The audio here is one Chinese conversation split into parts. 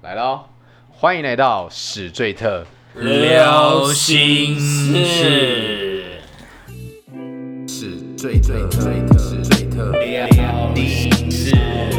来喽！欢迎来到史最特聊心事， 史最特聊心事。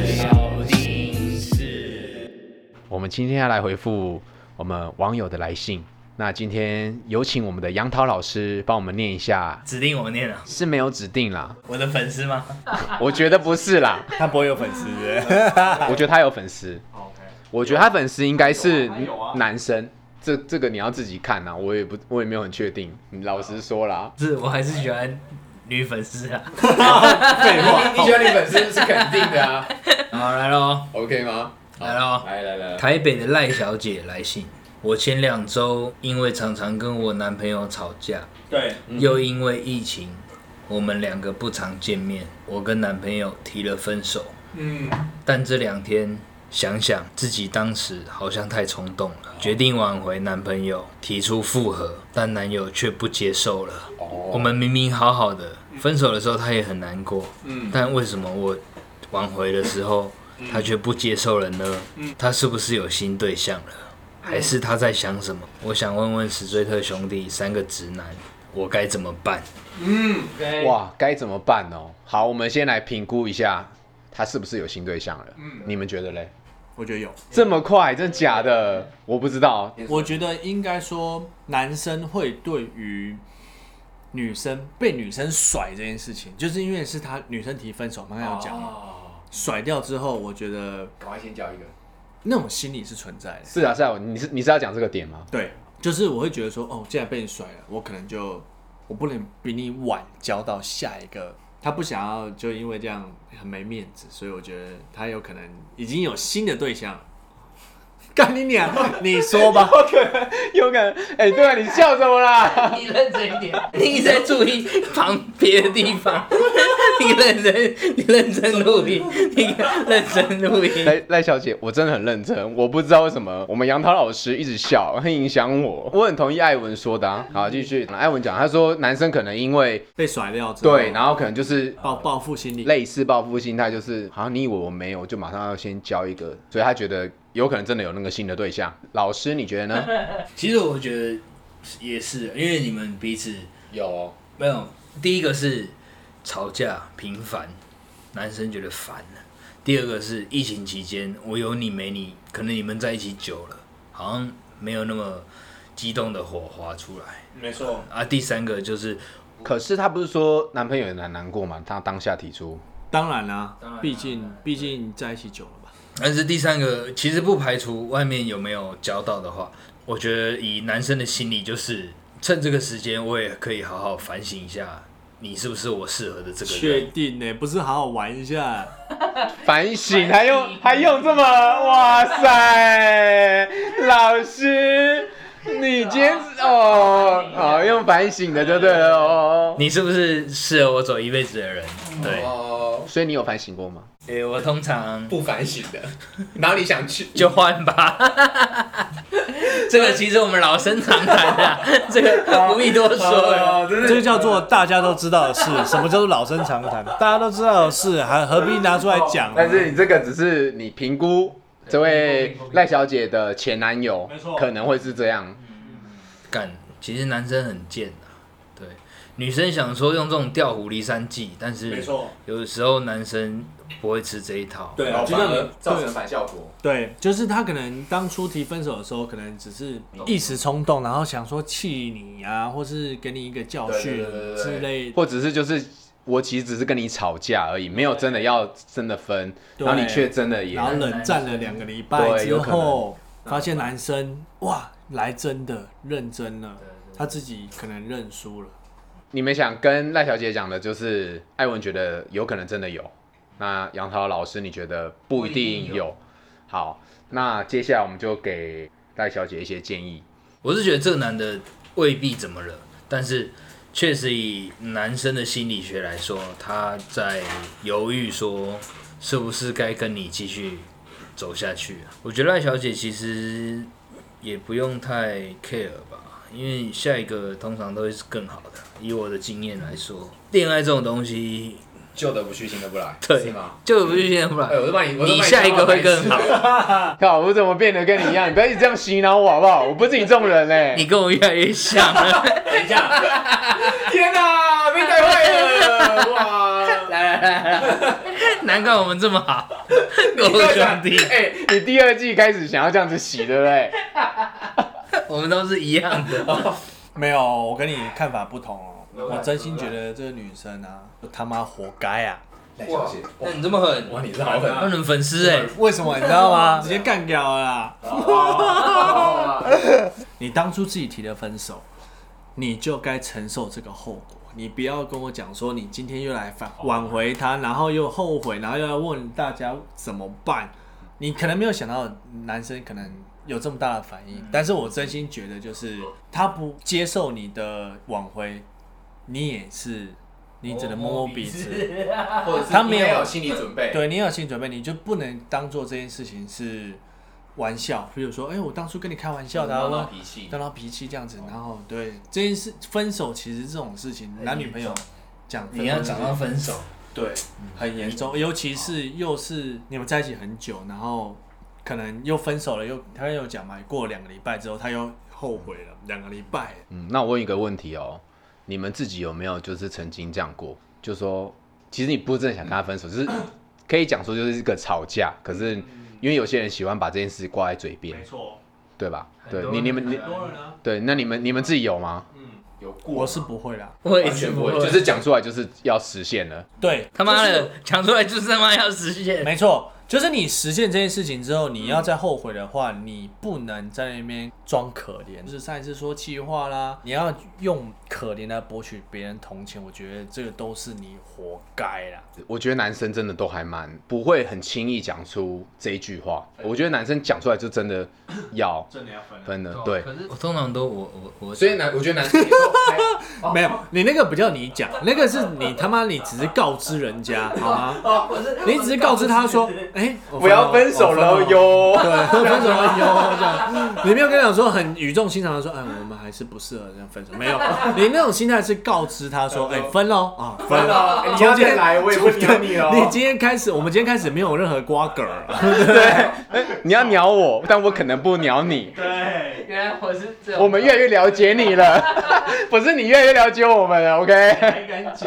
我们今天要来回复我们网友的来信。那今天有请我们的杨桃老师帮我们念一下。 指定我念啊？ 是没有指定啦。 我的粉丝吗？ 我觉得不是啦。 他不会有粉丝的。 我觉得他有粉丝。我觉得他粉丝应该是男生。这个你要自己看啊，我也没有很确定。你老实说啦。 是我还是喜欢女粉丝啊。 废话，你喜欢女粉丝是肯定的啊。 好，来咯 OK 吗？ 来咯， 来。 台北的赖小姐来信。我前2周因为常常跟我男朋友吵架， 对， 又因为疫情，我们2个不常见面，我跟男朋友提了分手。但这2天想想自己当时好像太冲动了，决定挽回男朋友，提出复合，但男友却不接受了。我们明明好好的，分手的时候他也很难过，但为什么我挽回的时候他却不接受了呢？他是不是有新对象了？还是他在想什么？我想问问史最特兄弟3个直男，我该怎么办？ 哇，该怎么办哦？好，我们先来评估一下，他是不是有新对象了？你们觉得嘞？ 我觉得有。 这么快？真的假的？我不知道。 我觉得应该说，男生会对于女生被女生甩这件事情，就是因为是女生提分手，刚刚有讲嘛，甩掉之后，我觉得赶快先交一个。 那种心理是存在的。 是啊，你是要讲这个点吗？ 对，就是我会觉得说，哦，既然被你甩了，我可能我不能比你晚交到下一个。他不想要就因为这样很没面子，所以我觉得他有可能已经有新的对象了。干你娘！你说吧。 有可能。对啊，你笑什么啦？ 你认真一点，你在注意别的地方。你认真录音，你认真录音。 赖小姐，我真的很认真，我不知道为什么我们杨桃老师一直笑，很影响我。我很同意艾文说的啊。好，继续。艾文讲，他说男生可能因为被甩掉之后， 对，然后可能就是报复心理， 类似报复心态，就是好像你以为我没有，就马上要先交一个，所以他觉得有可能真的有那个新的对象。老师，你觉得呢？ 其实我觉得也是，因为你们彼此有没有？第一个是吵架频繁，男生觉得烦了。第二个是疫情期间，我有你没你，可能你们在一起久了，好像没有那么激动的火花出来。 没错啊。第3个就是， 可是他不是说男朋友也很难过吗？他当下提出， 当然啦，毕竟在一起久了吧。 但是第3个其实不排除外面有没有交到的话，我觉得以男生的心理就是趁这个时间，我也可以好好反省一下，你是不是我适合的这个人？ 确定呢，不是好好玩一下？ 反省还用这么哇塞，老师，你今天好用反省的就对了哦。 你是不是适合我走一辈子的人？对。 所以你有反省过吗？ 我通常不反省的，然后你想去就换吧。这个其实我们老生常谈的，这个不必多说。 这个叫做大家都知道的事。什么叫做老生常谈？大家都知道的事，还何必拿出来讲？ 但是你这个只是你评估这位赖小姐的前男友可能会是这样。 其实男生很贱啊。对，女生想说用这种调虎离山计，但是有的时候男生不会吃这一套， 对， 就让你造成反效果。 对，就是他可能当初提分手的时候，可能只是一时冲动，然后想说气你啊，或是给你一个教训之类， 或者是就是我其实只是跟你吵架而已，没有真的要真的分，然后你却真的也， 然后冷战了2个礼拜之后，发现男生哇来真的认真了，他自己可能认输了。 你们想跟赖小姐讲的就是，艾文觉得有可能真的有，那杨桃老师你觉得不一定有。好，那接下来我们就给赖小姐一些建议。 我是觉得这个男的未必怎么了，但是确实以男生的心理学来说，他在犹豫说是不是该跟你继续走下去。我觉得赖小姐其实也不用太 care 吧，因为下一个通常都会是更好的。以我的经验来说，恋爱这种东西旧的不去，新的不来， 对是吗？ 旧的不去，新的不来。 我都帮你， 你下一个会更好。 靠，我怎么变得跟你一样？你不要一直这样洗脑我好不好？我不是你这种人嘞。 你跟我越来越像了。 等一下， 天哪，被带坏了！哇， 来，难怪我们这么好，狗兄弟。 你第2季开始想要这样子洗，对不对？ 我们都是一样的。 没有，我跟你看法不同哦。我真心觉得这个女生啊，他妈活该啊！ 哇， 那你这么狠， 哇，你是好狠那你粉丝为什么你知道吗？直接干掉了啦！你当初自己提的分手，你就该承受这个后果。你不要跟我讲说你今天又来挽回他，然后又后悔，然后又要问大家怎么办。你可能没有想到男生可能有这么大的反应，但是我真心觉得就是他不接受你的挽回，你也是。你只能摸摸鼻子， 或者是他没有心理准备。 对，你要有心理准备，你就不能当做这件事情是玩笑。比如说，我当初跟你开玩笑的， 闹脾气， 闹脾气这样子，然后对这件事分手，其实这种事情，男女朋友讲， 你要讲到分手， 对，很严重，尤其是又是你们在一起很久，然后可能又分手了，他又讲嘛，过了2个礼拜之后，他又后悔了2个礼拜。 那我问一个问题哦。你们自己有没有就是曾经这样过？就说其实你不是真的想跟他分手，就是可以讲说就是一个吵架，可是因为有些人喜欢把这件事挂在嘴边， 没错， 对吧？对， 你们对，那你们自己有吗？有过？ 我是不会啦， 我也是不会， 就是讲出来就是要实现了。 对， 他妈的讲出来就是他妈要实现， 没错。就是你实现这件事情之后，你要再后悔的话，你不能在那边装可怜。就是上一次说气话啦，你要用可怜来博取别人同情，我觉得这个都是你活该啦。 我觉得男生真的都还蛮不会很轻易讲出这一句话。我觉得男生讲出来就真的要分了，对。 可是我通常都我， 所以我觉得男生也都没有，你那个不叫你讲，那个是你他妈你只是告知人家好吗？你只是告知他说， 不要分手了哟。 对，分手了哟，这样。你没有跟他讲说很语重心长的说，我们还是不适合这样分手。没有，你那种心态是告知他说，分喽啊，分了。 你要再来，我也不鸟你哦。 你今天开始，我们今天开始没有任何瓜葛了。 对，你要鸟我，但我可能不鸟你。 对，原来我是这样。 我们越来越了解你了，不是你越来越了解我们了 ，OK？ 还敢讲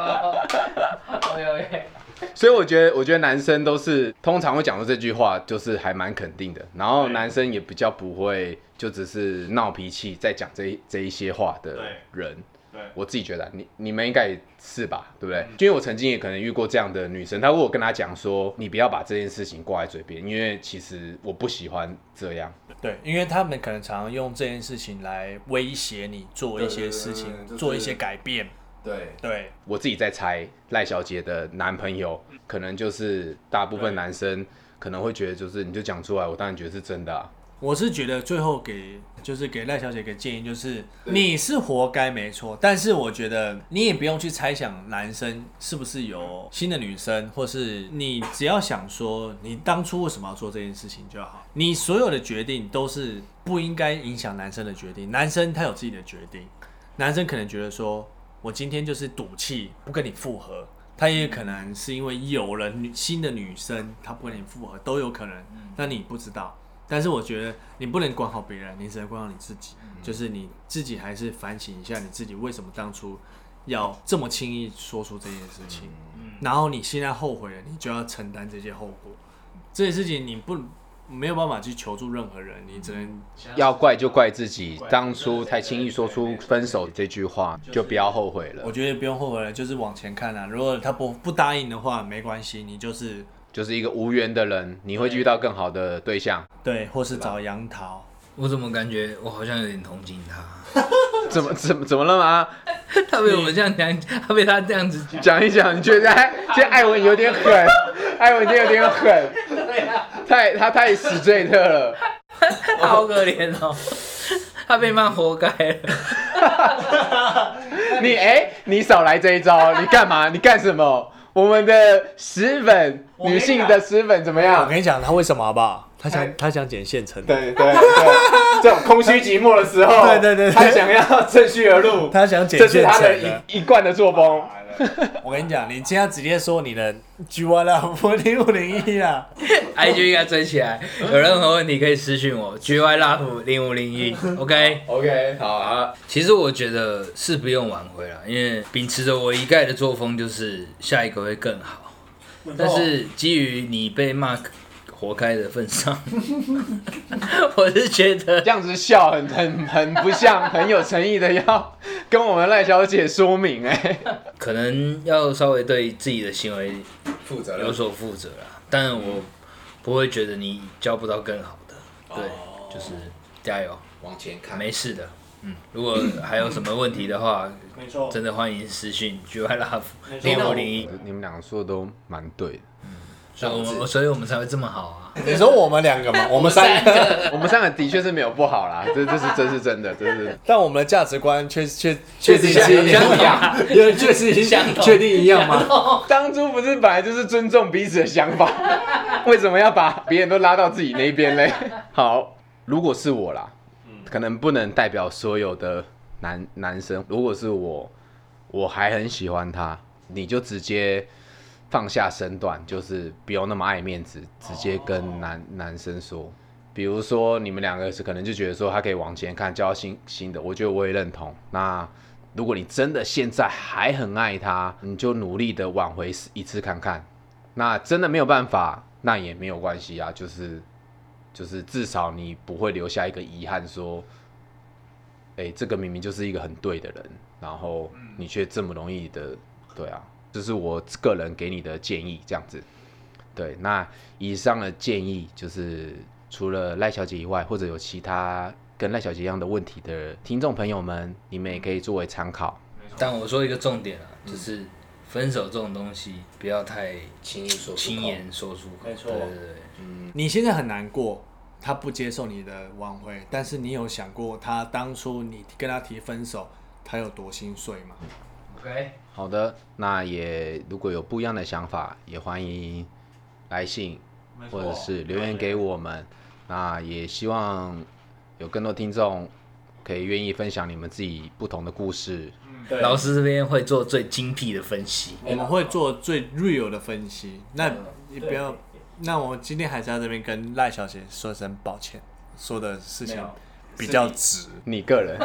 ？OK。 所以我觉得男生都是通常会讲出这句话，就是还蛮肯定的。然后男生也比较不会就只是闹脾气在讲这一些话的人。对，我自己觉得你们应该也是吧，对不对？因为我曾经也可能遇过这样的女生，她如果跟她讲说，你不要把这件事情挂在嘴边，因为其实我不喜欢这样。 对，因为他们可能常常用这件事情来威胁你做一些事情，做一些改变。对， 我自己在猜赖小姐的男朋友，可能就是大部分男生可能会觉得，就是你就讲出来，我当然觉得是真的啊。 我是觉得最后给赖小姐个建议，就是你是活该没错，但是我觉得你也不用去猜想男生是不是有新的女生，或是你只要想说你当初为什么要做这件事情就好。你所有的决定都是不应该影响男生的决定，男生他有自己的决定，男生可能觉得说我今天就是赌气不跟你复合，他也可能是因为有了新的女生，他不跟你复合都有可能，那你不知道。但是我觉得你不能管好别人，你只能管好你自己。就是你自己还是反省一下你自己为什么当初要这么轻易说出这件事情，然后你现在后悔了，你就要承担这些后果。这件事情你没有办法去求助任何人，你只能要怪就怪自己，当初太轻易说出分手这句话，就不要后悔了。 我觉得不用后悔了，就是往前看啊。如果他不答应的话，没关系，你就是一个无缘的人，你会遇到更好的对象。 对，或是找杨桃。 我怎么感觉我好像有点同情他？ 怎么了吗？ 他被我们这样讲，他被他这样子讲一讲，你觉得现在艾文有点狠，艾文今天有点狠，他太死罪特了， 好可怜哦，他被骂活该了。 你少来这一招，你干嘛？你干什么？我们的10粉，女性的10粉怎么样？ 我跟你讲，他为什么好不好？他想捡现成的。 对，这种空虚寂寞的时候， 对， 他想要趁虚而入， 他想捡这是他现成的， 的一贯的作风。 我跟你讲，你现在直接说你的 GY Love 0501啦 ，IG 应该追起来，有任何问题可以私讯我 GY Love 0501 ，OK， 好啊。 其实我觉得是不用挽回了，因为秉持着我一概的作风，就是下一个会更好。但是基于你被骂活该的份上，我是觉得这样子笑很不像很有诚意的要跟我们赖小姐说明可能要稍微对自己的行为负责有所负责啦。但我不会觉得你交不到更好的，对，就是加油， 往前看， 没事的。如果还有什么问题的话， 没错， 真的欢迎私讯 GY Love 0501。 你们两个说的都蛮对的。 所以我们才会这么好啊！ 你说我们两个吗？我们三个， 我们三个的确是没有不好啦，这是真的，这是。 但我们的价值观确定是一样， 确实确定一样吗？ 当初不是本来就是尊重彼此的想法，为什么要把别人都拉到自己那一边嘞？好，如果是我啦，可能不能代表所有的男生。如果是我还很喜欢他，你就直接放下身段，就是不用那么爱面子，直接跟男生说。比如说你们两个可能就觉得说他可以往前看，交新的，我觉得我也认同。那如果你真的现在还很爱他，你就努力的挽回一次看看。那真的没有办法，那也没有关系啊，就是至少你不会留下一个遗憾，说，这个明明就是一个很对的人，然后你却这么容易的，对啊。这是我个人给你的建议，这样子。对，那以上的建议就是除了赖小姐以外，或者有其他跟赖小姐一样的问题的听众朋友们，你们也可以作为参考。 但我说一个重点啊，就是分手这种东西不要太轻言说出口。 没错， 对， 你现在很难过，他不接受你的挽回，但是你有想过他当初你跟他提分手，他有多心碎吗？ OK， 好的，那也如果有不一样的想法，也欢迎来信或者是留言给我们。那也希望有更多听众可以愿意分享你们自己不同的故事。 老师这边会做最精辟的分析， 我们会做最 real 的分析。那你不要，那我今天还是要这边跟赖小姐说声抱歉，说的事情比较直。 你个人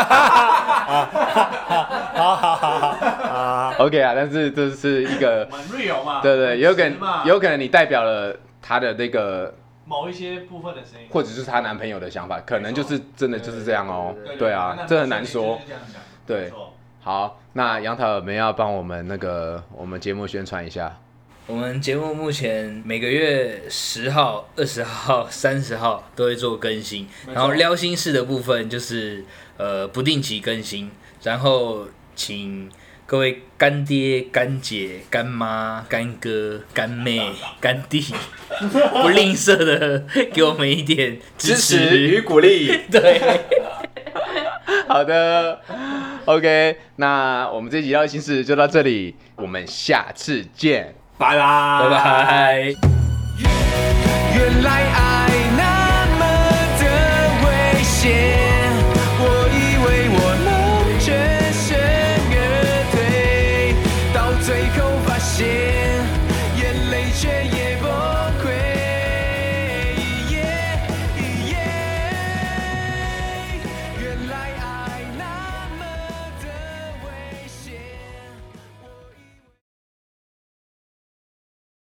好 ，OK 啊，但是这是一个蛮 real 嘛， 对，有可能你代表了他的那个某一些部分的声音， 或者是她男朋友的想法，可能就是真的就是这样哦。对啊，这很难说。对，好，那杨桃有没有要帮我们我们节目宣传一下？ 我们节目目前每个月10号、20号、30号都会做更新，然后撩心事的部分就是不定期更新，然后请各位干爹、干姐、干妈、干哥、干妹、干弟，不吝啬的给我们一点支持与鼓励。 对， 好的 ，OK， 那我们这集撩心事就到这里，我们下次见。 拜拜， 拜拜。 原来